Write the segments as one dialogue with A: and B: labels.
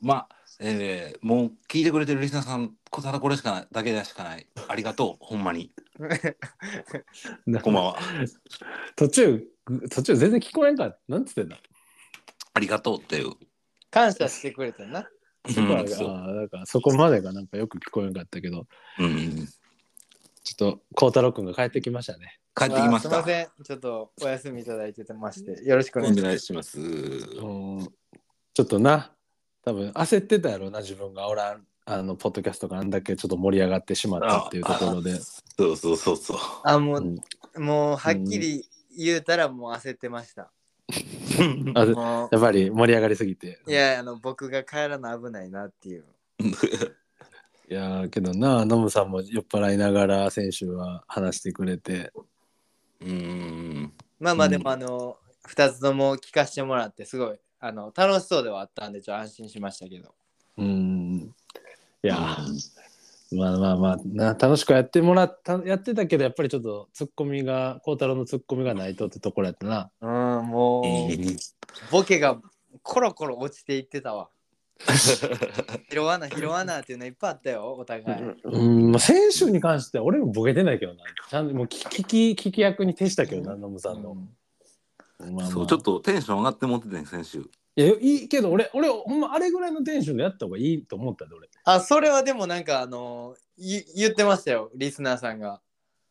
A: まあ、もう聞いてくれてるリスナーさん、ただこれしかない、だけでしかない。ありがとう、ほんまに。こんばんは。
B: 途中全然聞こえんかった。なんつってんだ。
A: ありがとうっていう。
C: 感謝してくれてんな。
B: そこは、
A: そう
B: なんかそこまでがなんかよく聞こえんかったけど、
A: うん
B: ちょっと孝太郎くんが帰ってきましたね。
A: 帰ってきました。
C: すいません。ちょっとお休みいただいてまして、よろしくお願いします。
A: お願いします。
B: ちょっとな、多分焦ってたやろな、自分がおらん、ポッドキャストがあんだけちょっと盛り上がってしまったっていうところで。
A: そう。
C: もうはっきり言うたらもう焦ってました。
B: やっぱり盛り上がりすぎて。
C: いや、僕が帰らな危ないなっていう。
B: いやけどな、ノムさんも酔っ払いながら選手は話してくれて。
C: まあでも2つとも聞かせてもらってすごい楽しそうではあったんでちょっと安心しましたけど。
B: いやまあな、楽しくやってたけどやっぱりちょっと孝太郎のツッコミがないとってところやったな。
C: もうボケがコロコロ落ちていってたわ。拾わなっていうのいっぱいあったよ、お互い。
B: 選手に関しては俺もボケてないけどな。ちゃんともう聞き役に徹したけどな、ノムさんの。
A: そうちょっとテンション上がって持ってたね、選手。
B: いやいいけど俺ほんまあれぐらいのテンションでやった方がいいと思ったで俺。
C: それはでもなんか言ってましたよ、リスナーさんが。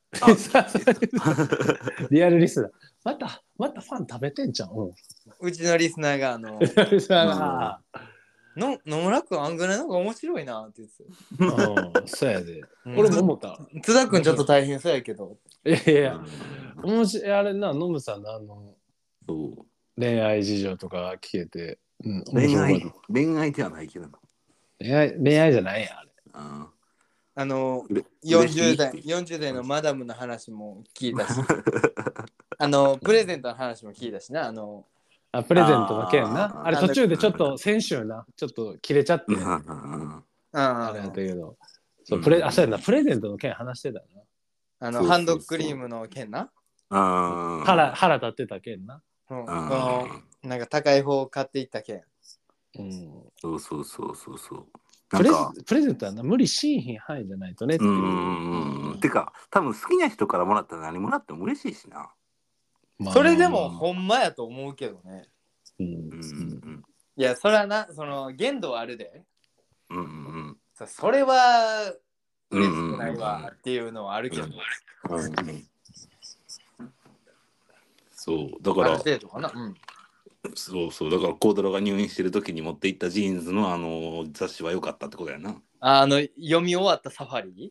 B: リアルリスナー。またファン食べてんじゃん。
C: うちのリスナーが野村くんあんぐらいの方が面白いなって言ってた。
B: そうやで。俺も思った。
C: 津田くんちょっと大変そうやけど。
B: いや面白い。あれな、ノムさんの恋愛事情とか聞けて、
A: 恋愛ではないけど
B: 恋愛じゃないやあれ。
C: 40代のマダムの話も聞いたしプレゼントの話も聞いたしな。
B: プレゼントの件な。あれ途中でちょっと先週なちょっと切れちゃってあれだけど、そうやな、プレゼントの件話してた
C: な。ハンドクリームの件な。
B: 腹立ってた件な。
C: なんか高い方を買っていった件。
A: そう
B: プレゼントはな、無理しんひん範囲じゃないとねっていう。
A: てか多分好きな人からもらったら何もらっても嬉しいしな。
C: それでもほんまやと思うけどね。いやそれはな、その限度はあるで。それは嬉しくないわっていうのはあるけど。
A: そうだから。
C: そう
A: だから孝太郎が入院してる時に持っていったジーンズの雑誌は良かったってことやな。
C: 読み終わったサファリ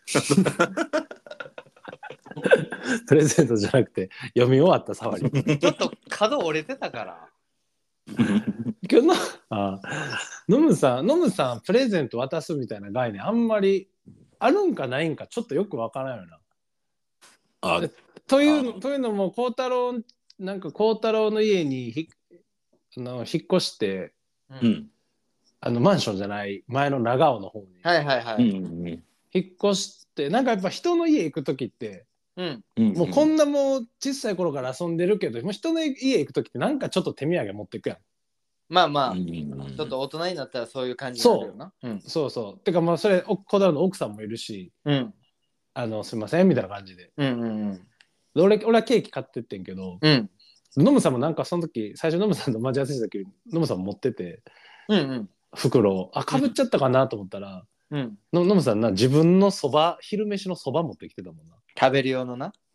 B: プレゼントじゃなくて読み終わったサファリ。
C: ちょっと角折れてたから。
B: けどノムさんプレゼント渡すみたいな概念あんまりあるんかないんかちょっとよくわからんよな。というのも孝太郎の家に引っ越して、マンションじゃない前の長尾の方に、引っ越してなんかやっぱ人の家行く時って、もうこんなもう小さい頃から遊んでるけどもう人の家行く時ってなんかちょっと手土産持っていくやん。
C: まあ、ちょっと大人になったらそういう感じになるよな。
B: そうてかまあそれ孝太郎の奥さんもいるし、すいませんみたいな感じで、俺はケーキ買ってってんけど、ノムさんもなんかその時最初ノムさんと待ち合わせした時ノムさん持ってて、袋をかぶっちゃったかなと思ったら、ノムさんな自分の昼飯のそば持ってきてたもんな。
C: 食べる用の。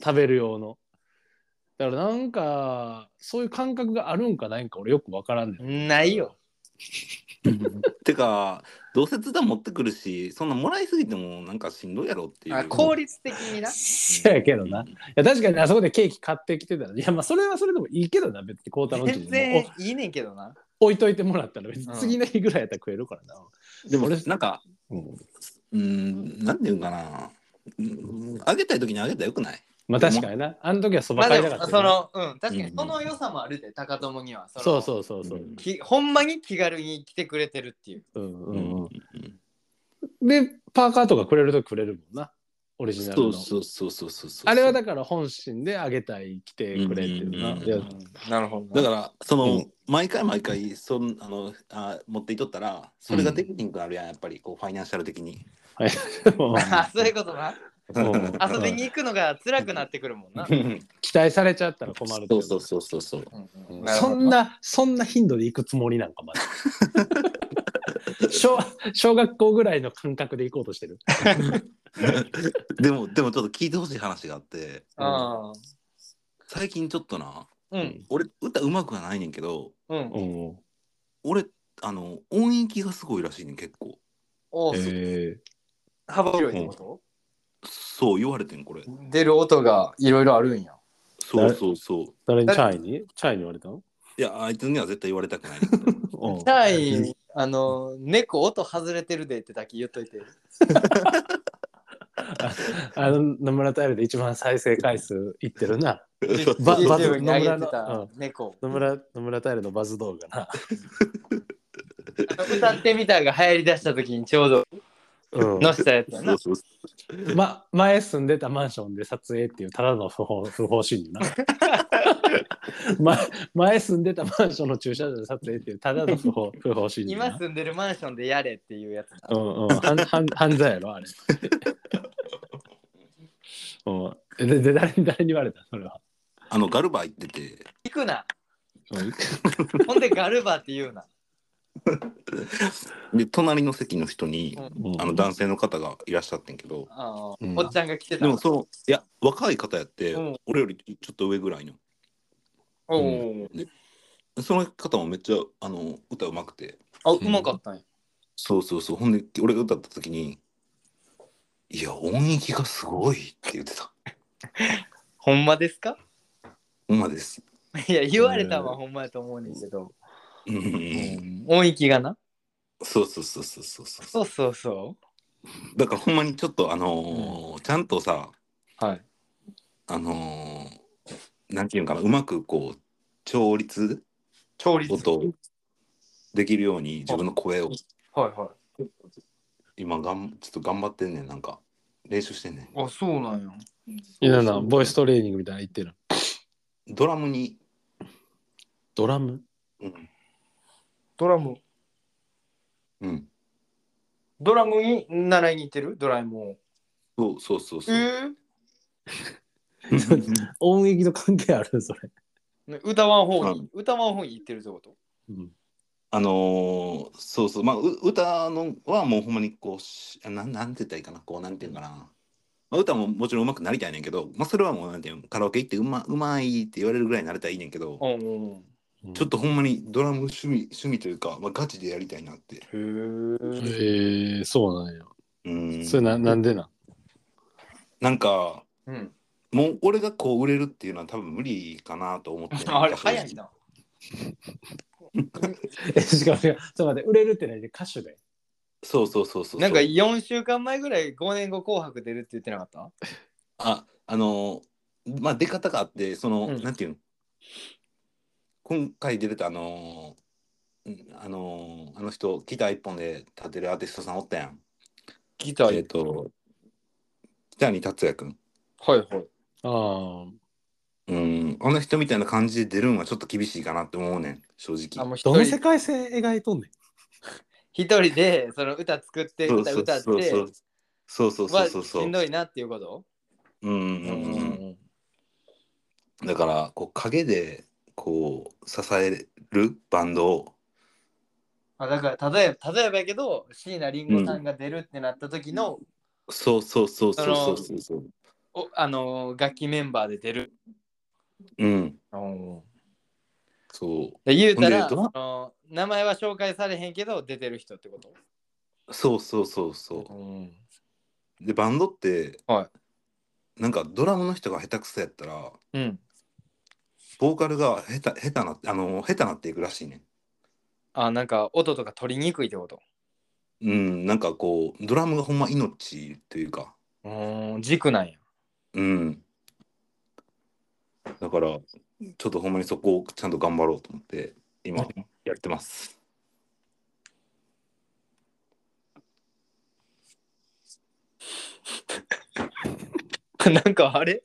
B: だからなんかそういう感覚があるんかないんか俺よく分からんね
C: ん。ないよ。
A: てかどうせ津田持ってくるしそんなもらいすぎてもなんかしんどいやろっていう。
C: 効率的にな。
B: そうやけどな。いや確かにあそこでケーキ買ってきてたら、いやまあそれはそれでもいいけどな、別に孝太郎
C: 全然いいねんけどな。
B: 置いといてもらったら別に次の日ぐらいやったら食えるからな。
A: でも俺なんかなんていうんかな、あげたい時にあげたらよくない？
B: まあ確かにな、あの時はそば買いだから、
C: 確かにその良さもあるで、高友には。
B: そう
C: ほんまに気軽に来てくれてるっていう。
B: でパーカーとかくれるとくれるもんな。 オリジナルの。
A: そう。
B: あれはだから本心であげたい来てくれっていうな。
C: なるほど。
A: だからその、毎回持っていとったらそれができにくくなるやん、やっぱりこうファイナンシャル的に。
C: そういうことな。遊びに行くのが辛くなってくるもんな。
B: 期待されちゃったら困る。
A: そう。
B: そんな頻度で行くつもりなんかまだ。小学校ぐらいの感覚で行こうとしてる。
A: でもちょっと聞いてほしい話があって、最近ちょっとな、俺歌うまくはないねんけど、俺音域がすごいらしいねん結構。
C: 幅広いってこと？
A: そう言われてんこれ。
C: 出る音がいろいろあるんや。
A: そう。
B: 誰にチャイに言われたの？
A: いやあいつには絶対言われたくない。チ
C: ャイ猫音外れてるでってだけ言っといて。
B: 野村タイルで一番再生回数いってるな。
C: バズに上げてた猫。
B: 野村タイルのバズ動画な。
C: 歌ってみたが流行りだした時にちょうど載せたやつやな。
B: 前住んでたマンションで撮影っていうただの不法侵入な。前住んでたマンションの駐車場で撮影っていうただの不法侵入。
C: 今住んでるマンションでやれっていうやつだ。
B: 犯罪やろあれ。で誰に言われたそれは。
A: ガルバ行ってて。
C: 行くな。ほんでガルバって言うな。
A: で隣の席の人に、男性の方がいらっしゃってんけど、
C: おっちゃんが来てた。
A: でもいや若い方やって、俺よりちょっと上ぐらいの。でその方もめっちゃ歌うまくて。
C: うまかったんや。
A: そう。ほんで俺が歌った時に、いや音域がすごいって言ってた。
C: ほんまですか？
A: ほんまです。
C: いや言われたのはほんまやと思うねんけど。音域がな。
A: そう。だからほんまにちょっとちゃんとさ、なんていうのかな、うまくこう調律音できるように自分の声を今ちょっと頑張ってんねん、なんか練習してんねん。
C: あ、そうなんや。
B: いやな、ボイストレーニングみたいな言ってる。
A: ドラムに。
B: ドラム？
C: ドラム。ドラムに習いに行ってる？ドラえも
A: ん。そう。
B: 音域の関係あるそれ。
C: 歌わん方に行ってるってこと？
A: そう。まあ歌のはもうほんまにこうなんて言ったらいいかな、こうなんていうかな。歌ももちろん上手くなりたいねんけど、それはもうなんていうの、カラオケ行ってうまいって言われるぐらいになれたらいいねんけど、ちょっとほんまにドラム趣味というか、ガチでやりたいなって。
B: へえ、そうなんや。それなんで
A: なんか、もう俺がこう売れるっていうのは多分無理かなと思って。
C: あれ早いな。
B: しかもちょっと待って、売れるって何で歌手で？
A: そう。
C: なんか4週間前ぐらい5年後紅白出るって言ってなかった？
A: まあ出方があって、なんていうの、今回出てたあの人ギター一本で立てるアーティストさんおったやん。
C: ギター
A: 北谷達也くん。あの人みたいな感じで出るんはちょっと厳しいかなって思うねん、正直。
B: どの世界線描いとんねん。
C: 一人でその歌作って歌って
A: そう
C: しんどいなっていうこと？
A: だからこう陰でこう支えるバンドを、
C: だから例えばやけど椎名林檎さんが出るってなった時の、
A: そう
C: 楽器メンバーで出る。
A: そう
C: 言うたら名前は紹介されへんけど出てる人ってこと？
A: そう。でバンドって、なんかドラムの人が下手くそやったら、ボーカルが下手なっていくらしいね。
C: なんか音とか取りにくいってこと？
A: なんかこうドラムがほんま命というか、
C: 軸なんや。
A: だからちょっとほんまにそこをちゃんと頑張ろうと思って今やってます。
C: なんかあれ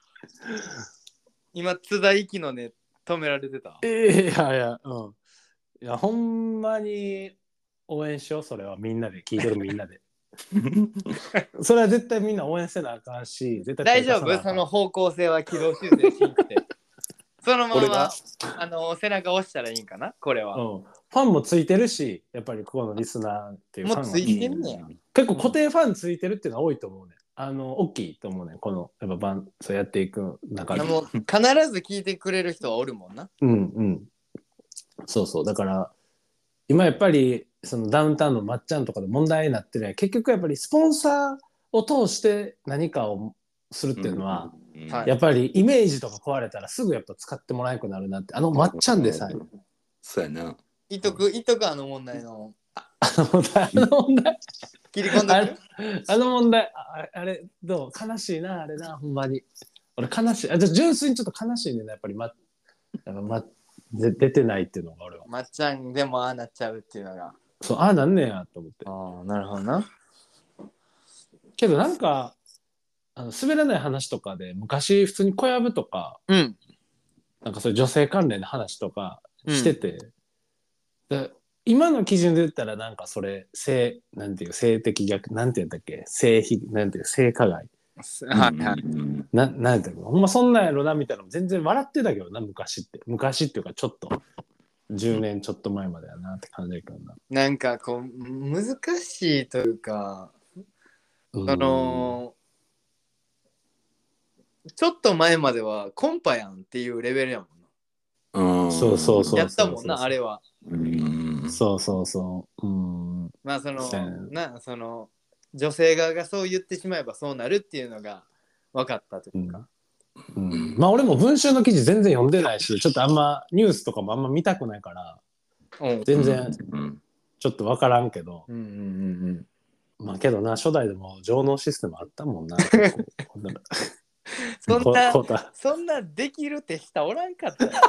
C: 今津田息のね止められてた。
B: いやいや、いやほんまに応援しよう、それはみんなで、聞いてるみんなで。それは絶対みんな応援せなあかんし、絶対
C: 大丈夫その方向性は軌道修正しんくて。そのまま背中押したらいいんかなこれは、
B: ファンもついてるし、やっぱりここのリスナーっていうファン
C: もうついてんねや。
B: 結構固定ファンついてるっていうのは多いと思うね。大きいと思うね。このやっぱそうやっていく中で。
C: もう必ず聞いてくれる人はおるもんな。
B: そうそう。だから今やっぱりそのダウンタウンのまっちゃんとかで問題になってるのは結局やっぱりスポンサーを通して何かをするっていうのは、やっぱりイメージとか壊れたらすぐやっぱ使ってもらえなくなるなって、まっちゃんでさえ。
A: そうやな。
C: 言っとく問題の。
B: 問題
C: 切り込んで
B: く問題あれどう悲しいなあれなほんまに。俺悲しい。じゃ純粋にちょっと悲しいねやっぱり出てないっていうのが俺は。
C: まっちゃんでもああなっちゃうっていうのが。
B: そうああなんねやと思って。
C: ああなるほどな。
B: けどなんか滑らない話とかで昔普通に小籔とか、なんかそういう女性関連の話とかしてて、で今の基準で言ったらなんかそれなんていう性的逆なんて言うんだっけなんていう性加害なんていうのほんまそんなんやろなみたいなの全然笑ってたけどな昔っていうかちょっと10年ちょっと前までやなって感じだけどな。
C: なんかこう難しいというかちょっと前まではコンパやんっていうレベルやもんな。
B: そう
C: やったもんなあれは。
B: そう
C: まあその女性側がそう言ってしまえばそうなるっていうのが分かったというか、
B: まあ俺も文春の記事全然読んでないしちょっとあんまニュースとかもあんま見たくないから全然ちょっと分からんけど、まあけどな初代でも上納システムあったもんな。
C: そんなできるって人おらんかったよ。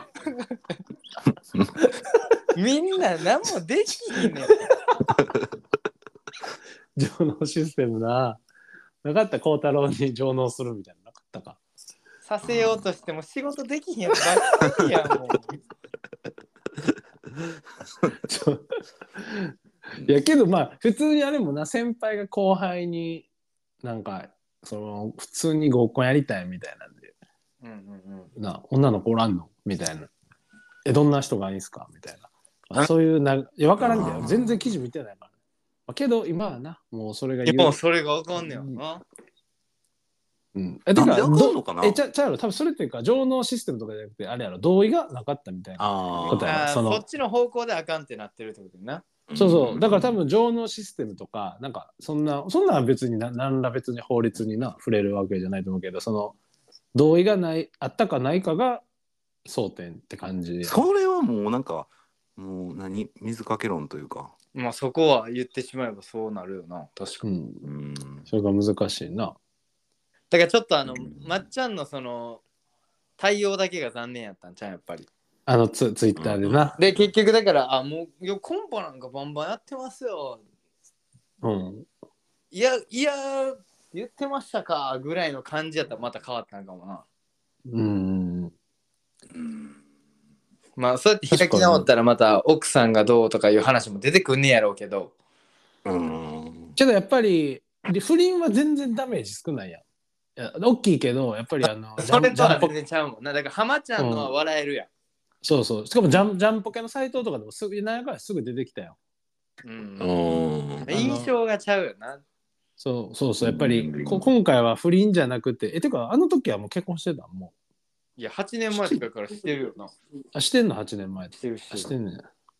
C: みんな何もできひんねん。
B: 上納システムなかった孝太郎に上納するみたいななかったか。
C: させようとしても仕事できひんやつばっかりやんもう。
B: いやけどまあ普通にあれもな先輩が後輩になんか普通に合コンやりたいみたいなんで、女の子おらんのみたいなどんな人がいいんすかみたいなそういういや分からんけど全然記事見てないから、けど今はなもうそれが
C: もうそれが分かんねやな。
B: てかちゃうの多分それっていうか上納システムとかじゃなくてあれやろ同意がなかったみたいなことやろ。
C: そっちの方向であかんってなってるってことな。
B: そうだから多分上納システムとかなんかそんな別に何ら別に法律に触れるわけじゃないと思うけどその同意があったかないかが争点って感じ。
A: それはもうなんかもう水かけ論というか
C: まあそこは言ってしまえばそうなるよな確かに。
B: それが難しいな。
C: だからちょっとまっちゃんのその対応だけが残念やったんちゃうやっぱり。
B: ツイッターでな。
C: で結局だからもうコンパなんかバンバンやってますよ。いや言ってましたかぐらいの感じやったらまた変わったんかもな。まあそうやって開き直ったらまた奥さんがどうとかいう話も出てくんねやろうけど。
B: けどやっぱり不倫は全然ダメージ少ないやん。いや大きいけどやっぱり
C: それとは全然ちゃうもんな。だから浜ちゃんのは笑えるやん。
B: そうしかもジャンポケのサイトとかでもすぐ出てきたよ。
C: 印象がちゃうよな。
B: そうやっぱり今回は不倫じゃなくててか時はもう結婚してたも
C: う。いや8年前とかからしてるよな。
B: してんの8年前してんね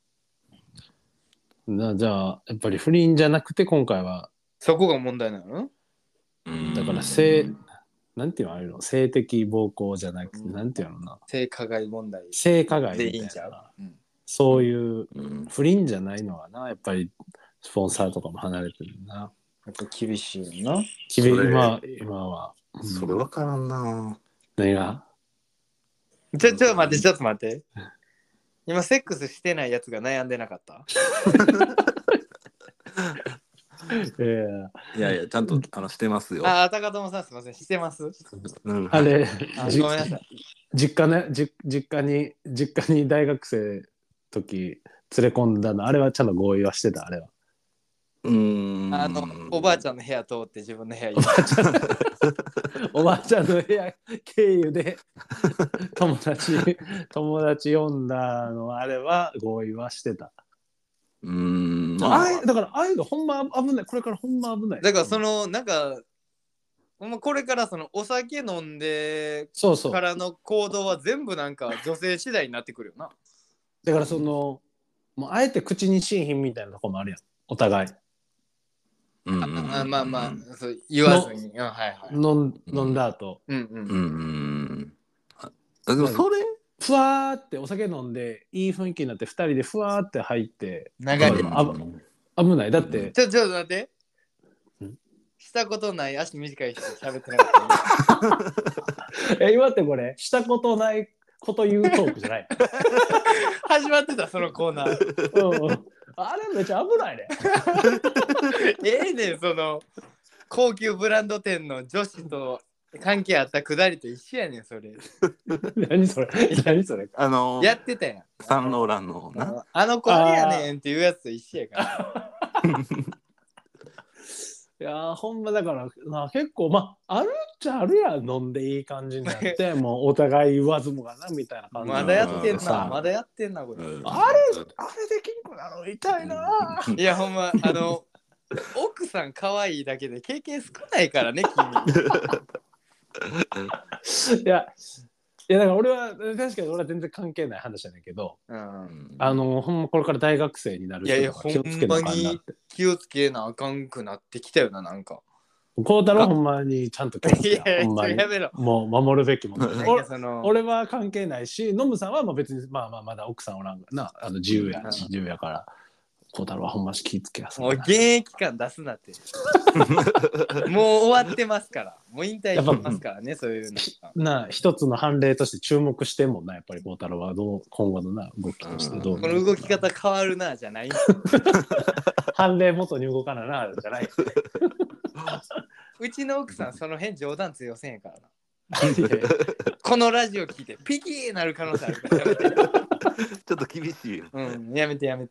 B: ん。じゃあやっぱり不倫じゃなくて今回は
C: そこが問題なの？
B: だからなんていうのあれの性的暴行じゃなくてなんていうのな
C: 性加害問題
B: 性加害みたいなそういう不倫じゃないのはなやっぱりスポンサーとかも離れてるな。
C: やっぱ厳しいよな。
B: 今は
A: それ分からんな。
B: 何が
C: ちょっと待って今セックスしてないやつが悩んでなかった？
A: いやいや、ちゃんとしてますよ。
C: あ、高友さんすみません、してます。
B: あれ、
C: ごめんなさい。
B: 実家に大学生時連れ込んだの、あれはちゃんと合意はしてた、あれは。
C: おばあちゃんの部屋通って自分の部屋行っ
B: おばあちゃんの部屋経由で友達呼んだの、あれは合意はしてた。だからああいうのほんま危ない。これからほんま危ない。
C: だからなんかこれからお酒飲んでからの行動は全部なんか女性次第になってくるよな。
B: だからもうあえて口にしんひんみたいなとこもあるやん、お互い。
C: まあそう言わずに、
B: 飲んだ後。
A: でもそれ
B: ふわーってお酒飲んでいい雰囲気になって2人でふわーって入って
C: 長い
B: 危ない。だって
C: ちょっと待って、したことない足短い人喋ってなかった
B: 今ってこれしたことないこと言うトークじゃない
C: 始まってたそのコーナー、
B: あれめっちゃ危ないね
C: ね高級ブランド店の女子と関係あったくだりと一緒やねんそれ
B: 何それ
C: やってたやん
A: サンローランのな
C: 子やねんっていうやつと一緒やから
B: いやほんまだから結構あるっちゃあるやん、飲んでいい感じになってもうお互い言わずもがなみたいな感じ
C: まだやってんなこれ、
B: あれできんくなる痛いない
C: やほんま奥さん可愛いだけで経験少ないからね
B: 君いやだから俺は確かに俺は全然関係ない話やねんけど、ほんまこれから大学生になる人とか気をつけなあかんなって。
C: 気をつけなあかんくなってきたよな、なんか。
B: 孝太郎ほんまにちゃんと気をつけな。ほんまにもう守るべきもの。俺は関係ないし、ノムさんは別にまだ奥さんおらんからな、自由やから。孝太郎はほんまし気ぃつけやす。
C: もう現役感出すなってもう終わってますから、もう引退してますからね、そういう
B: の一つの判例として注目してもんな、やっぱり孝太郎は今後のな動きとしてどう
C: この動き方変わるなじゃない
B: 判例元に動かななじゃない
C: うちの奥さんその辺冗談通用せんやからなこのラジオ聞いてピキーなる可能性あるからやめて
A: ちょっと厳しいよ。
C: やめて。いや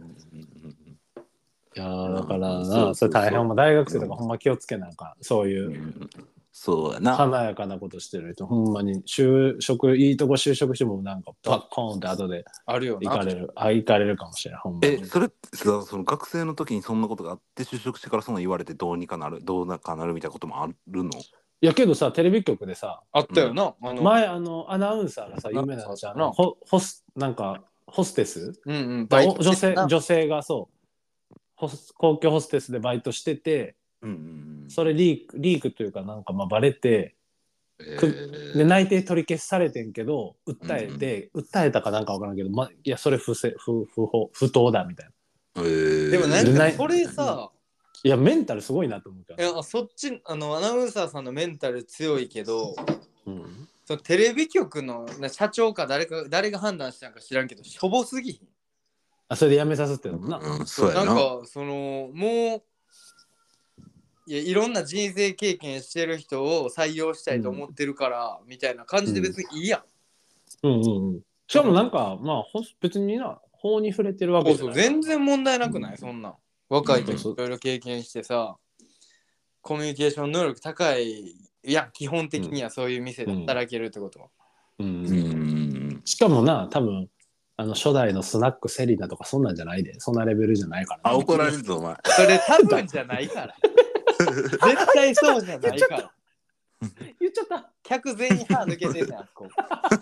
B: だからな、それ大変。大学生とかほんま気をつけなんか、そういう
A: そうやな、
B: 華やかなことしてる人ほんまにいいとこ就職してもなんかパッコーンって後で行かれるかもしれない。ほんまに
A: それってさ、その学生の時にそんなことがあって就職してからそんな言われてどうにかなるみたいなこともあるの？
B: いやけどさ、テレビ局でさ
C: あったよな、
B: 前アナウンサーがさ有名なのじゃん、なんかホステス、女性が公共ホステスでバイトしてて、それリークというかなんかバレて、で内定取り消しされてんけど訴えたかなんか分からんけど、いやそれ不当だみたいな。
C: でもなんかそれさ、
B: いやメンタルすごいなと思うから。
C: いやそっちアナウンサーさんのメンタル強いけど、そのテレビ局の社長か誰が判断したんか知らんけどしょぼすぎひん。
B: それで辞めさせてるもんな。
A: そうやな。
C: なんかもういろんな人生経験してる人を採用したいと思ってるから、みたいな感じで別にいいやん。
B: しかもなんか別にな法に触れてるわけじゃない。
C: 全然問題なくない、そんなん。若い時いろいろ経験してさ、コミュニケーション能力高いやん、基本的にはそういう店で働けるってことは。
B: しかもな、多分初代のスナックセリナとかそんなんじゃないで、そんなレベルじゃないから、
A: ね。怒られるぞお前。
C: それ多分じゃないから絶対そうじゃないから
B: 言っちゃった。
C: 客全員歯抜けてんねん、あそこ。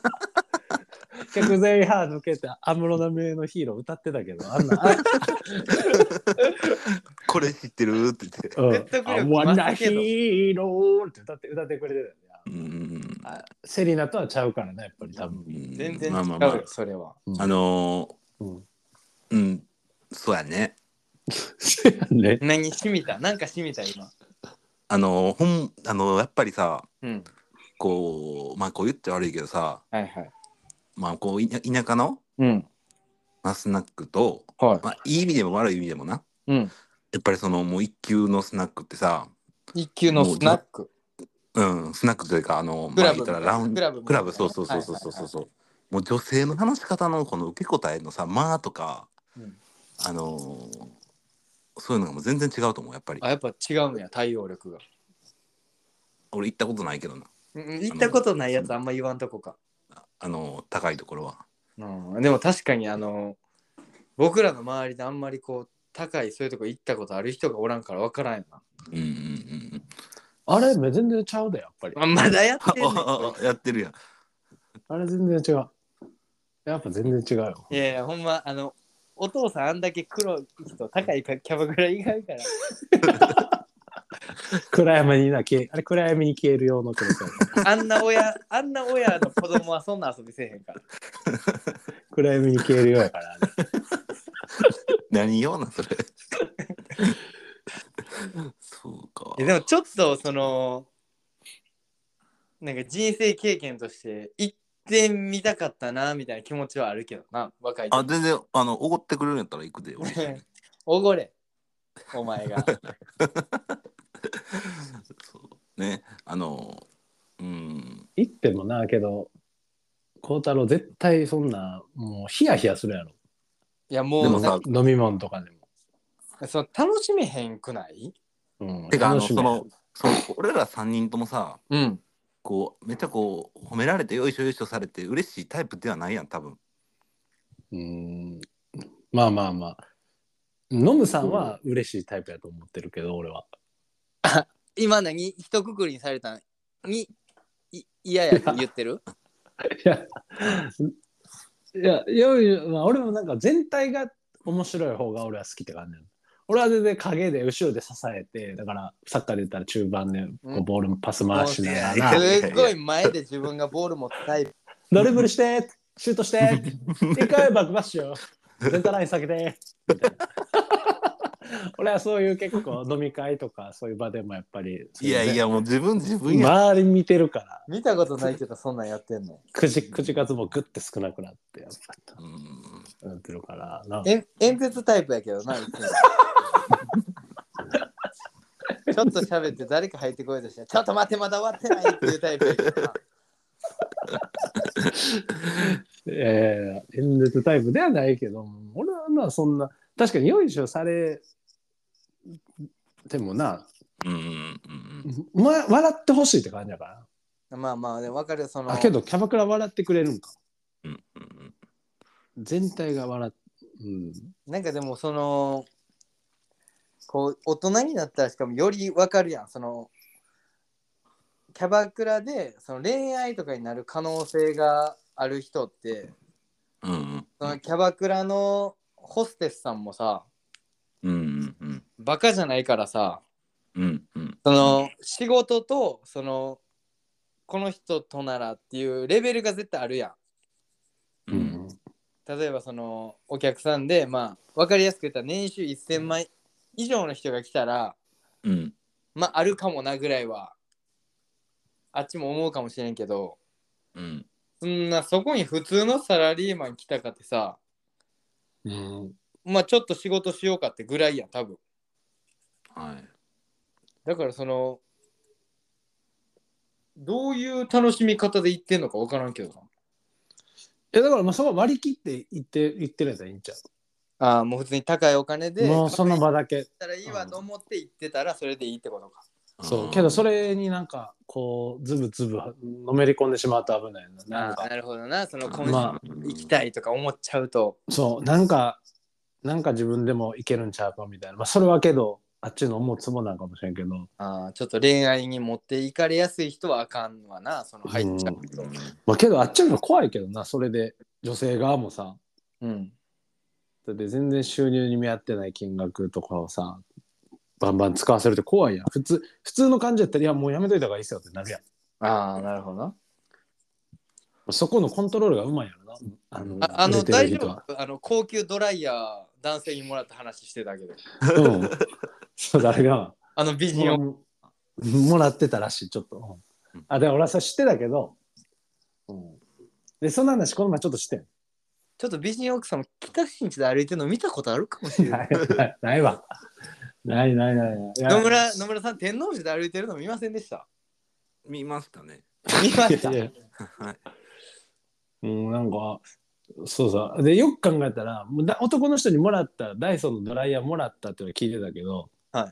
B: 客全員歯抜けて安室奈美恵のヒーロー歌ってたけど、
A: これ知ってるって言って、
B: I wanna hero って歌ってくれてたよね。セリナとはちゃうからね、やっぱり多分。
C: 全然違うよ、それは。
A: そうやね。
C: 何しみた？なんかしみた今。
A: やっぱりさ、こう言っちゃ悪いけどさ、こう田舎のスナックと、いい意味でも悪い意味でもな、ややっぱりそのもう一級のスナックってさ、
C: 一級のスナック、
A: スナックというか
C: クラブ
A: 言ったらラウン
C: クラブ
A: クラブ、そうそうそうそうそうそうそう、もう女性の話し方のこの受け答えのさ、とか、あのそういうのがもう全然違うと思う、やっぱり。
C: やっぱ違うんや、対応力が。
A: 俺行ったことないけどな。
C: 行ったことないやつあんま言わんとこか。
A: 高いところは。
C: でも確かに僕らの周りであんまりこう高いそういうとこ行ったことある人がおらんから分からんよな。
B: あれ全然ちゃうで、やっぱり。
C: まだやってんねん
A: やってるやん。
B: あれ全然違う。やっぱ全然違うよ。
C: いやいや、ほんまお父さんあんだけ黒い人高いキャバクラ以外から
B: 暗闇に暗闇に消える用の黒さ。
C: あんな親の子供はそんな遊びせえへんから。
B: 暗闇に消えるようやから、ね。
A: 何よなそれ。そうか。
C: でもちょっとなんか人生経験として行ってみたかったなみたいな気持ちはあるけどな、若い時。
A: 全然おごってくれるんやったら行くで。
C: おごれお前が。
A: そうね、
B: 行ってもな、けど孝太郎絶対そんなもうヒヤヒヤするやろ。
C: いやもう
A: でもさ、
B: 飲み物とかでも
C: 楽しめへんくない？
A: てか俺ら3人ともさ、こうめっちゃこう褒められてよいしょよいしょされて嬉しいタイプではないやん、多分。
B: まあまあまあ、ノムさんは嬉しいタイプやと思ってるけど、俺は。
C: 今一括りにされたんに嫌やって言ってる？
B: 俺もなんか全体が面白い方が俺は好きって感じ。俺は全然影で後ろで支えて、だからサッカーで言ったら中盤でこうボールパス回しながら、
C: すごい前で自分がボール持ってタイプ。
B: ドリブルしてシュートして一回バックバッシュセンターライン下げてみたいな。俺はそういう結構飲み会とかそういう場でもやっぱり、
A: いやいやもう自分や。
B: 周り見てるから
C: 見たことないけどそんなんやってんの。
B: 口数もグッて少なくなってやっぱやってるからな。
C: 演説タイプやけどな。いつもちょっと喋って誰か入ってこようとしてちょっと待ってまだ終わってないっていうタイプやけどな。
B: 演説タイプではないけど、俺はなそんな確かによいしょされてもな、笑ってほしいって感じだから。
C: まあまあでも分かる。
B: けどキャバクラ笑ってくれるんか。全体が笑って、
C: なんかでもこう大人になったらしかもより分かるやん。キャバクラで恋愛とかになる可能性がある人って、そのキャバクラのホステスさんもさ、バカじゃないからさ、仕事とこの人とならっていうレベルが絶対あるやん。例えばお客さんで分かりやすく言ったら年収1000万以上の人が来たら、あるかもなぐらいはあっちも思うかもしれんけど、そこに普通のサラリーマン来たかってさ、ちょっと仕事しようかってぐらいやん多分。だからどういう楽しみ方で言ってんのか分からんけどな。
B: だからそこは割り切って言ってるやつはいいんち
C: ゃう。もう普通に高いお金で
B: もうその場だけ
C: たらいいわと思って言ってたらそれでいいってことか。
B: そうけどそれになんかこうズブズブのめり込んでしまうと危ない
C: な。なるほどな。今週行きたいとか思っちゃうと、
B: そうなんか自分でもいけるんちゃうかみたいな、それはけどあっちの思うツボなんかもしれんけど、
C: ちょっと恋愛に持っていかれやすい人はあかんわな、入っちゃうと。
B: けどあっちの怖いけどな、それで女性側もさ、だって全然収入に見合ってない金額とかをさバンバン使わせるって怖いやん。普通の感じやったらいやもうやめといた方がいいっすよってなるやん。
C: なるほどな。
B: そこのコントロールがうまいやろな。
C: 大丈夫。高級ドライヤー男性にもらった話してたけど。
B: そう誰が
C: 美人を
B: もらってたらしいちょっと。で俺はさ知ってたけど、でそんな話この前ちょっとしてん。
C: ちょっと美人奥さんも北新地で歩いてるの見たことあるかもしれない。
B: ないわ。 ない。
C: 野村さん、天王寺で歩いてるの見ませんでした？
A: 見ましたね。
C: 見ました。
A: はい。
B: なんか、そうそう。で、よく考えたら、男の人にもらったダイソンのドライヤーもらったっていうの聞いてたけど、
C: はい。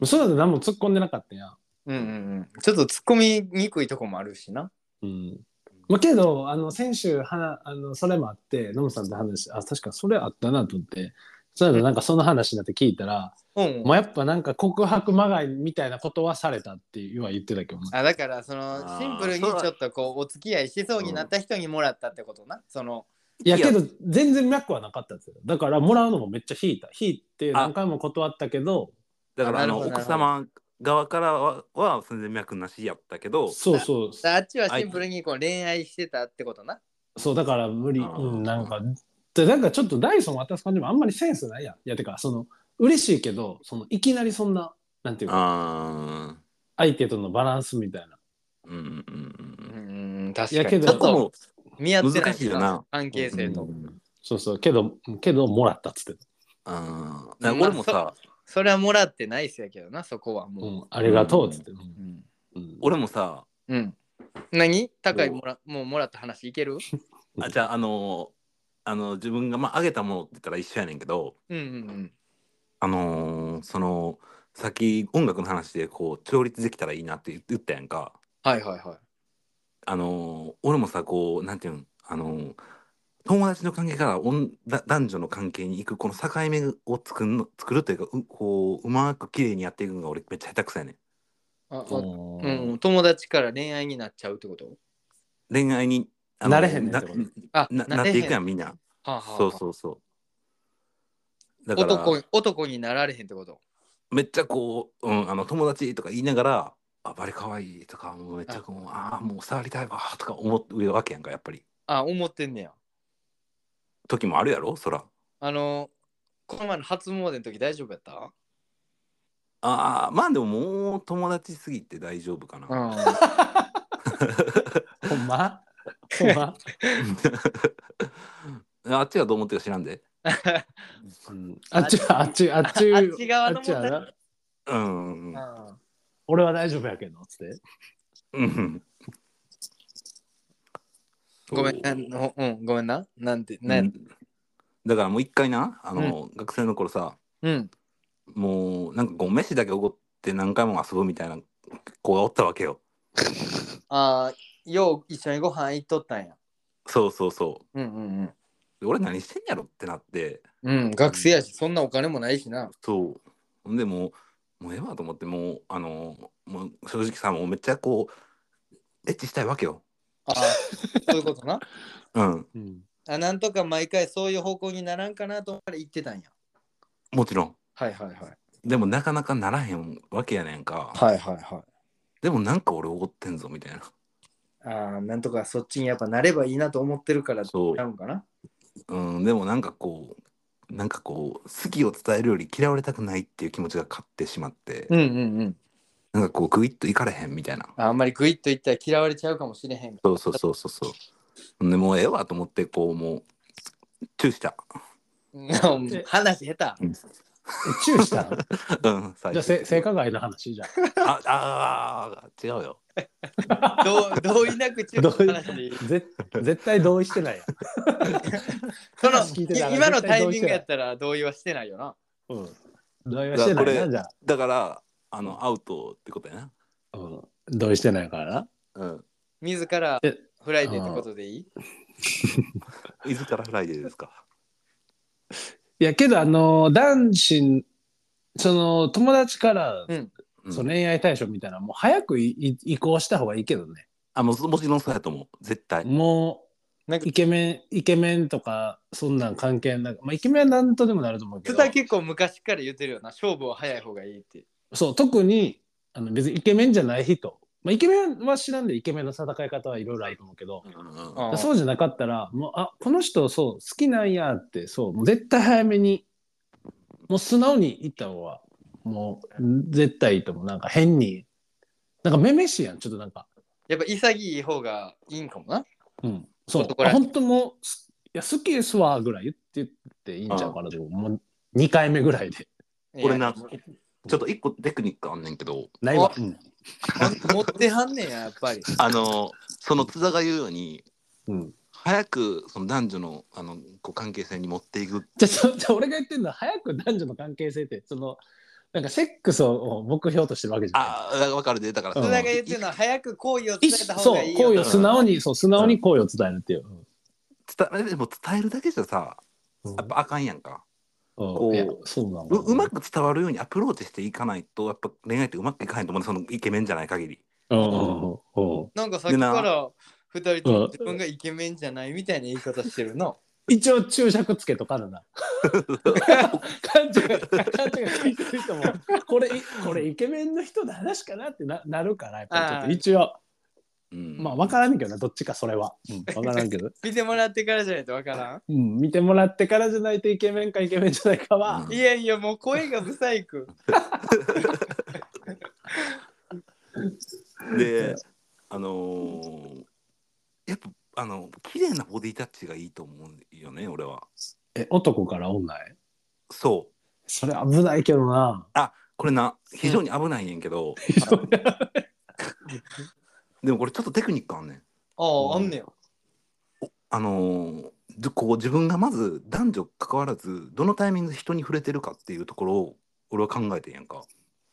B: そうだと何も突っ込んでなかったんや。
C: ちょっと突っ込みにくいとこもあるしな。
B: まあ、けど、先週それもあって、ノムさんと話確かそれあったなと思って、それでなんかその話になって聞いたら、もうやっぱなんか告白まがいみたいなことはされたって言ってたけど
C: だからそのシンプルにちょっとこうお付き合いしそうになった人にもらったってことな。
B: いやけど全然脈はなかったんですよ。だからもらうのもめっちゃ引いて何回も断ったけど、
A: だから奥様側からは全然脈なしやったけど、
B: そう
C: あっちはシンプルにこう恋愛してたってことな。
B: そうだから無理。なんかちょっとダイソン渡す感じもあんまりセンスないやん。いやてか嬉しいけどいきなりそんななんていうか相手とのバランスみたいな。
C: 確かに。
B: いやけど
C: ちょっと見合ってない
A: 難しいよな
C: 関係性と。
B: そうけどもらったっつって
A: た。俺もさ、
C: それはもらってないっすやけどな、そこはも
B: う。ありがとうっつって。
A: 俺もさ、
C: 何高いもらった話いける？
A: じゃあ自分があげたものって言ったら一緒やねんけど、さっき音楽の話でこう調律できたらいいなって言ったやんか。
C: はい。
A: 俺もさこうなんていうん友達の関係から男女の関係に行くこの境目を作るというかこううまく綺麗にやっていくのが俺めっちゃ下手くそやねん。
C: 友達から恋愛になっちゃうってこと？
A: 恋愛に
B: なれへんねんってこと？
A: なっていくやんみんな。そうだから
C: 男になられへんってこと？
A: めっちゃこう、友達とか言いながらバリ可愛いとかめっちゃこうもう触りたいわとか思うわけやんかやっぱり。
C: 思ってんねや。
A: 時もあるやろそら。
C: この前の初詣の時大丈夫やった？
A: まあでももう友達すぎて大丈夫かな。
B: ほんま
A: あっちがどう思ってるか知らんで。
B: あっち側
C: の問題。
B: 俺は大丈夫やけどつって。
C: ごめんな。なん
A: だからもう一回な学生の頃さ、もうなんか飯だけおごって何回も遊ぶみたいな子がおったわけよ。
C: よう一緒にご飯行っとったんや。
A: そう。俺何してんやろってなって。
C: 学生やしそんなお金もないしな。
A: そうでもうええわと思ってもう正直さもうめっちゃこうエッチしたいわけよ。
C: そういうことな。なんとか毎回そういう方向にならんかなと思って言ってたんや。
A: もちろん。
C: はい。
A: でもなかなかならへんわけやねんか。
C: はい。
A: でもなんか俺おごってんぞみたい
C: な。なんとかそっちにやっぱなればいいなと思ってるからちゃうんかな。
A: でもなんかこう好きを伝えるより嫌われたくないっていう気持ちが勝ってしまって、なんかこうグイッといかれへんみたいな。
C: あんまりグイッといったら嫌われちゃうかもしれへん。
A: そうでもうええわと思ってこうもうチューした。
C: 話下手。
B: チューしたじゃあ性加害の話じゃ
A: 違うよ。
C: 同意なくチューした話でいい。
B: 絶対同意してないや
C: 今のタイミングやったら同意はしてないよな。
B: 同意はしてないな。じゃあ
A: だからアウトってことやな。
B: 同意してないからな。
C: 自らフライデーってことでいい？
A: 自らフライデーですか。
B: いやけど男子友達から恋愛対象みたいなもう早く移行した方がいいけどね。
A: もちろんそうやと思う絶対。
B: もうイケメンとかそんなん関係なく、イケメンは何とでもなると思うけど。
C: それは結構昔から言ってるよな。勝負は早い方がいいって。
B: そう特に別にイケメンじゃない人。イケメンは知らんでイケメンの戦い方はいろいろあると思うけど、そうじゃなかったらもうこの人好きなんやってもう絶対早めにもう素直に言った方がもう絶対いいと思う。なんか変になんかめめしいやんちょっとなんか
C: やっぱ潔い方がいいんかもな。
B: そう本当もういや好きですわぐらい言っていいんちゃうかな、もう2回目ぐらいで。
A: 俺な、ちょっと一個テクニックあんねんけど。
B: ないわ。
C: 持ってはんねんや、やっぱり。
A: その津田が言うように、早くその男女のこう関係性に持っていく。
B: じゃ俺が言ってるのは早く男女の関係性ってなんかセックスを目標としてるわけじゃない。
A: 分かるで、だから
C: 津田が言ってるのは早く好意を伝えた方がいいよ。
B: そう、好意を素直に好意を伝えるっていう。
A: でも伝えるだけじゃさ、やっぱあかんやんか。
B: う
A: まく伝わるようにアプローチしていかないと、やっぱ恋愛ってうまくいかないと思う。そのイケメンじゃない限り。
C: なんかさっきから2人とも自分がイケメンじゃないみたいな言い方してるの。
B: 一応注釈つけとかるな。勘違い聞いてる人もこれイケメンの人の話かなってなるからやっぱりちょっと一応。まあ分からんけどな、どっちかそれは。分からんけど。
C: 見てもらってからじゃないと分から
B: ん。見てもらってからじゃないとイケメンかイケメンじゃないかは。
C: いやいや、もう声がブサイク。
A: で、やっぱ綺麗なボディタッチがいいと思うよね、俺は。
B: 男から女へ。
A: そう。
B: それ危ないけどな。
A: これな、非常に危ないねんけど。でもこれちょっとテクニックあんねん。
C: あんねん。
A: こう自分がまず男女関わらずどのタイミングで人に触れてるかっていうところを俺は考えてんやんか。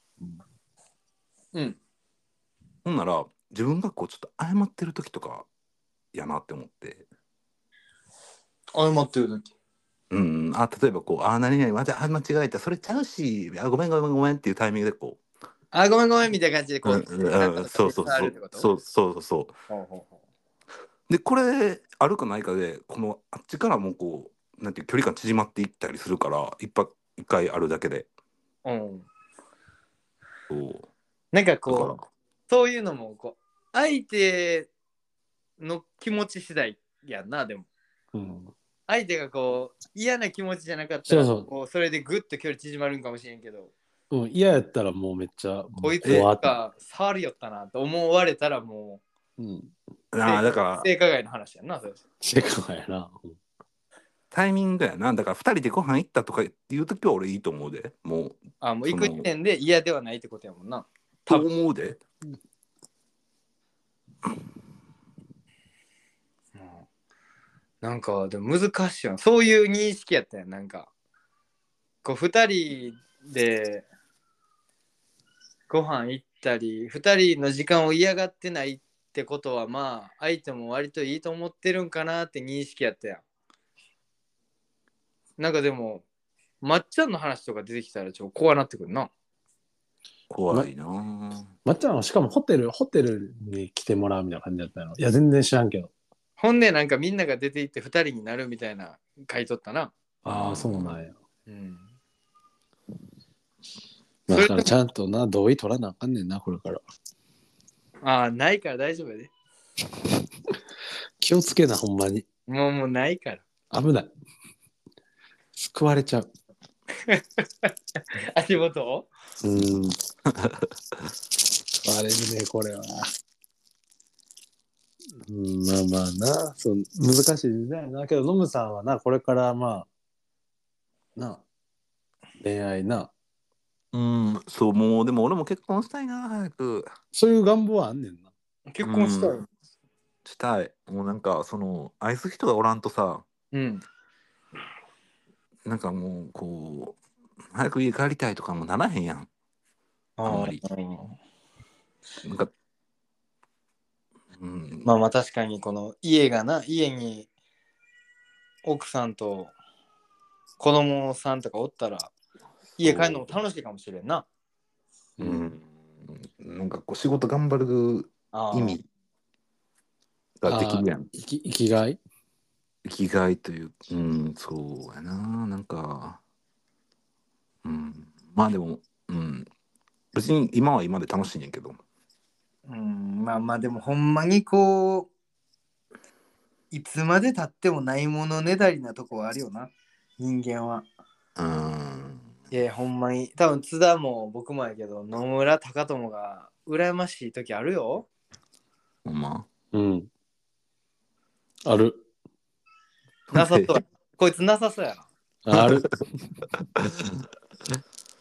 A: ほんなら自分がこうちょっと謝ってる時とかやなって思って。
C: 謝ってる時。
A: 例えばこう何々間違えた、それちゃうし、ごめんっていうタイミングでこう。
C: ごめんみたいな感じでこう。
A: そうでこれあるかないかでこのあっちからもこうなんていう距離感縮まっていったりするから一回あるだけで。
C: なんかこうそういうのもこう相手の気持ち次第やんな。でも、相手がこう嫌な気持ちじゃなかったらそれでグッと距離縮まるんかもしれんけど、
B: 嫌やったらもうめっちゃ
C: こいつが触りよったなと思われたらもう、
A: だから
C: 性加害の話やんな。
B: 性加害やな。
A: タイミングやな。だから2人でご飯行ったとかっていう時は俺いいと思うで。もう
C: 行く時点で嫌ではないってことやもんな。
A: と思うで。
C: なんかでも難しいよ。そういう認識やったやん。なんかこう2人でご飯行ったり2人の時間を嫌がってないってことはまあ相手も割といいと思ってるんかなって認識やったやん。なんかでもまっちゃんの話とか出てきたらちょっと怖なってくるな。
A: 怖いな。
B: まっちゃんはしかもホテルに来てもらうみたいな感じだったの。いや全然知らんけど。
C: ほんでなんかみんなが出て行って2人になるみたいな書いとったな。
B: そうなんや。
C: だ
B: からちゃんとな同意取らなあかんねんなこれから。
C: ないから大丈夫やで。
B: 気をつけなほんまに。
C: もうないから。
B: 危ない。救われちゃう。
C: 足元？
B: 救われるねこれは。まあな、難しい時代な。けどノムさんはなこれからまあな恋愛な。
A: そうもうでも俺も結婚したいな早く。
B: そういう願望はあんねんな。
C: 結婚したい。
A: したい。もうなんか愛す人がおらんとさ。なんかもうこう早く家帰りたいとかもならへんやん。あんまり。なんか
C: まあ確かにこの家に奥さんと子供さんとかおったら家帰るのも楽しいかもしれんな。
A: なんかこう仕事頑張る意味ができるやん。
B: 生きがい
A: というそうやな。なんかまあでも別に今は今で楽しいねんけど。
C: まあでもほんまにこういつまでたってもないものねだりなとこはあるよな人間は。いやほんまに多分津田も僕もやけど野村貴友が羨ましい時あるよ。
A: ほんま？
B: ある。
C: なさそう。こいつなさそうやな。
B: ある。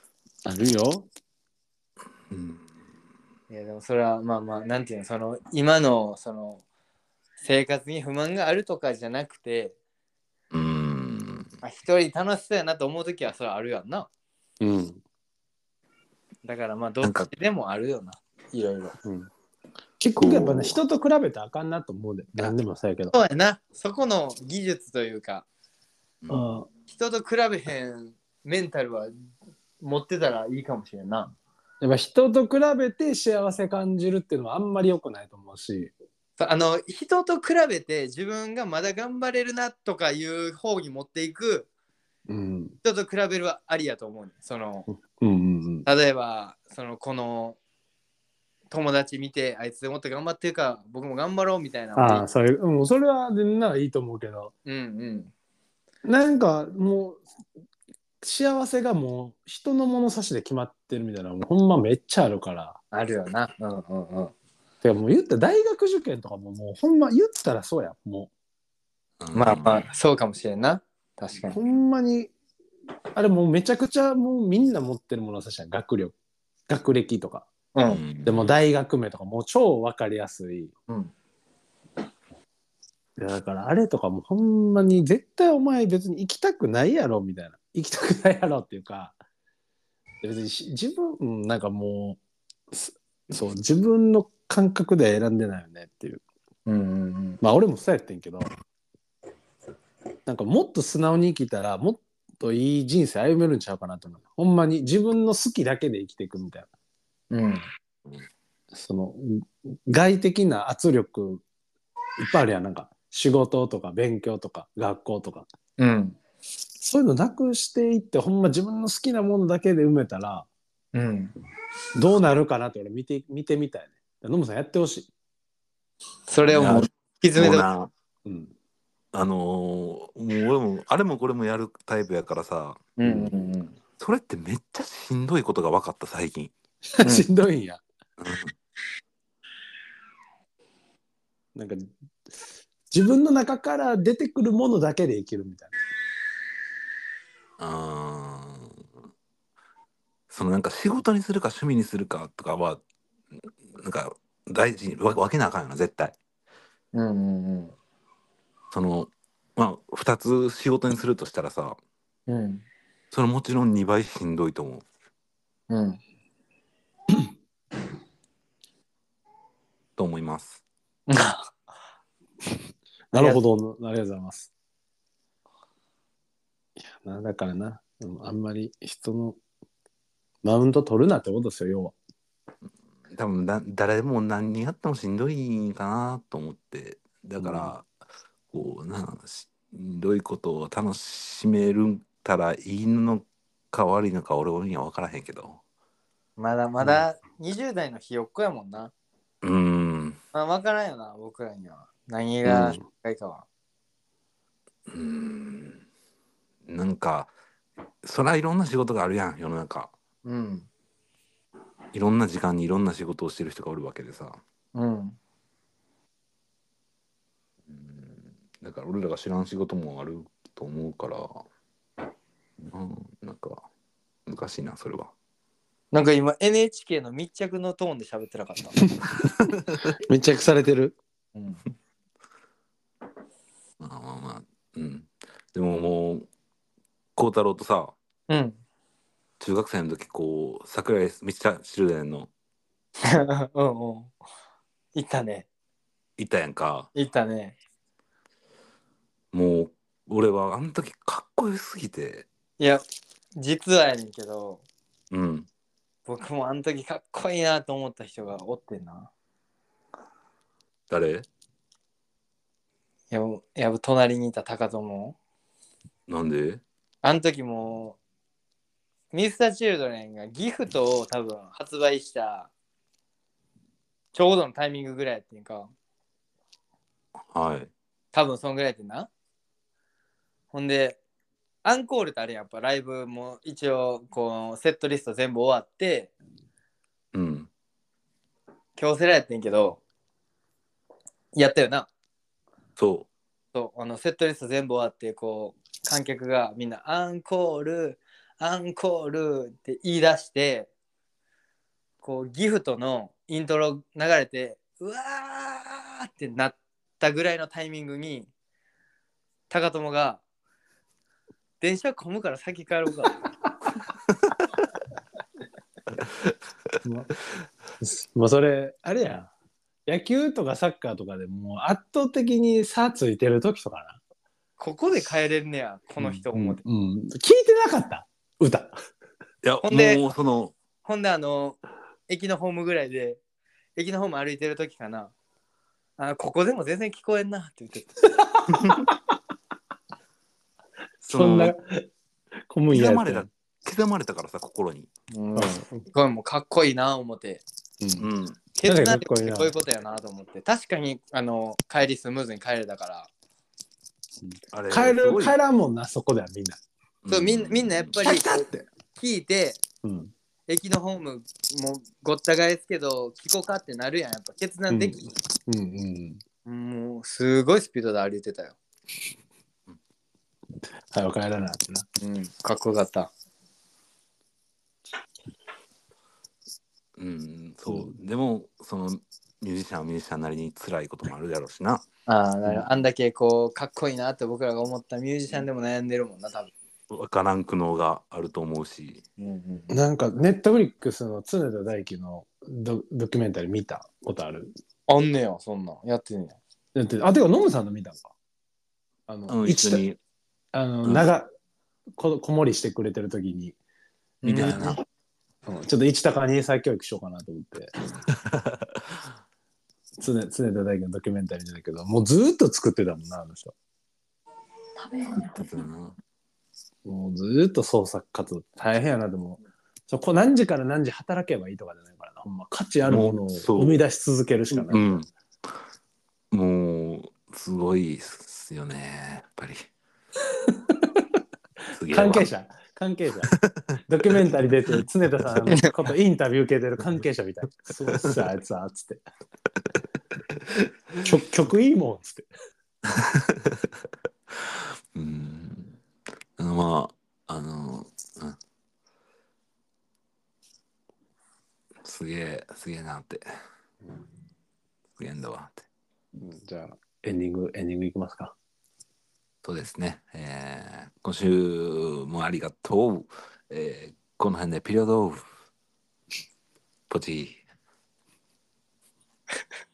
B: あるよ。
C: うん。いやでもそれはまあまあなんていうのその今のその生活に不満があるとかじゃなくて、まあ、一人楽しそうやなと思うときはそれはあるやんな。
B: うん。
C: だからまあどっちでもあるよな。いろいろ。
B: うん。結局やっぱね人と比べたらあかんなと思うで。何でもそうやけど。
C: そうやな。そこの技術というか、
B: うん、
C: 人と比べへんメンタルは持ってたらいいかもしれんな。
B: やっぱ人と比べて幸せ感じるっていうのはあんまり良くないと思うし。
C: 人と比べて自分がまだ頑張れるなとかいう方に持っていく、
B: うん、
C: 人と比べるはありやと思う、ね。
B: うんうん
C: 例えばこの友達見てあいつもっと頑張ってるから僕も頑張ろうみたいな。
B: ああ、そういう、うん、それは全然いいと思うけど。
C: うん
B: うん。なんかもう幸せがもう人の物差しで決まってるみたいなのほんまめっちゃあるから。
C: あるよな。
B: てかもう言ったら大学受験とかももうほんま言ったらそうやも
C: まあまあそうかもしれんな。確かに。
B: ほんまにあれもうめちゃくちゃもうみんな持ってる物差しやん。学歴とか。
C: うん。
B: でも大学名とかもう超わかりやすい。
C: うん。
B: いやだからあれとかもうほんまに絶対お前別に行きたくないやろみたいな。行きたくないやろっていうか、別に自分なんかもうそう自分の感覚で選んでないよねっていう。まあ俺もそうやってんけど、なんかもっと素直に生きたらもっといい人生歩めるんちゃうかなと思う。ほんまに自分の好きだけで生きていくみたいな。
C: うん。
B: その外的な圧力いっぱいあるやん。なんか仕事とか勉強とか学校とか。
C: うん。
B: そういうのなくしていってほんま自分の好きなものだけで埋めたら
C: うん。
B: どうなるかなって俺見てみたいね。ノムさんやってほしい。
C: それをもう突き詰めて。
A: な、
B: うん。
A: もう俺もあれもこれもやるタイプやからさ、それってめっちゃしんどいことが分かった最近。
B: しんどいんや。なんか自分の中から出てくるものだけで生きるみたい
A: な。そのなんか仕事にするか趣味にするかとかはなんか大事に分けなあかんよな絶対。そのまあ2つ仕事にするとしたらさ、それもちろん2倍しんどいと思う。と思います。
B: なるほど、ありがとうございます。いやだからな、あんまり人のマウント取るなってことですよ、要は。
A: 多分誰でも何やってもしんどいかなと思って、だから、こうしんどいことを楽しめるたらいいのか悪いのか俺には分からへんけど、
C: まだまだ20代のひよっこやもんな。まあ、分からんよな、僕らには。何が深いかは。
A: なんかそりゃいろんな仕事があるやん世の中。いろんな時間にいろんな仕事をしてる人がおるわけでさ。だから俺らが知らん仕事もあると思うから、なんか難しいなそれは。
C: なんか今 NHK の密着のトーンで喋ってなかった。
B: 密着されてる。
A: まあでももう孝太郎とさ、中学生の時こう桜井道シルデンの
C: 行ったね。
A: 行ったやんか。
C: 行ったね。
A: もう俺はあの時かっこよすぎて。
C: いや実はやねんけど、僕もあの時かっこいいなと思った人がおってんな。
A: 誰？
C: やぶ隣にいた高友。
A: なんで？
C: あの時もミスターチルドレンがギフトを多分発売したちょうどのタイミングぐらいやってんか。
A: はい。
C: 多分そんぐらいやってんな。ほんでアンコールってあれやっぱライブも一応こうセットリスト全部終わって京セラやってんけどやったよな。そうセットリスト全部終わってこう観客がみんなアンコールアンコールって言い出してこうギフトのイントロ流れてうわーってなったぐらいのタイミングに高友が電車混むから先帰ろうか
B: もうそれあれや野球とかサッカーとかでもう圧倒的に差ついてる時とかな
C: ここで帰れんねやこの人思って、
B: 聞いてなかった歌。い
A: やほんでもうその
C: ほんで駅のホームぐらいで駅のホーム歩いてる時かなここでも全然聞こえんなって言って
B: そんな
A: 刻まれたからさ心に、
C: これもかっこいいな思って、決断ってこういうことやなと思って確かに帰りスムーズに帰れたから
B: 帰らんもんなそこではみんな、
C: そうみんなやっぱり聞いて、駅のホームもごった返すけど聞こうかってなるやんやっぱ決断できもうすごいスピードで歩いてたよ
B: はい帰らなってな、
C: かっこよかった
A: そう、でもそのミュージシャンなりに辛いこともあるだろうしな
C: あんだけこうかっこいいなって僕らが思ったミュージシャンでも悩んでるもんな多分
A: 分からん苦悩があると思うし、
B: なんかネットフリックスの常田大樹のドキュメンタリー見たことある？
C: あんねやそんなんやってんねや
B: てかノムさんの見たんか
A: 一緒に
B: 子守りしてくれてる時に
A: みたいな、
B: ちょっと一高に英才教育しようかなと思って常田大樹のドキュメンタリーだけどもうずーっと作ってたもんなの人もうずーっと創作活動大変やなでもこう何時から何時働けばいいとかじゃないからなほんま価値あるものを生み出し続けるしかない、
A: もうすごいっすよねやっぱり
B: 関係者ドキュメンタリー出て常田さんのことインタビュー受けてる関係者みたいなそうっすあいつはつって曲いいもんつって
A: まあすげえなってすげえんだわって、
B: じゃあエンディングいきますか。
A: そうですね、今週もありがとう、この辺でピリオドポチ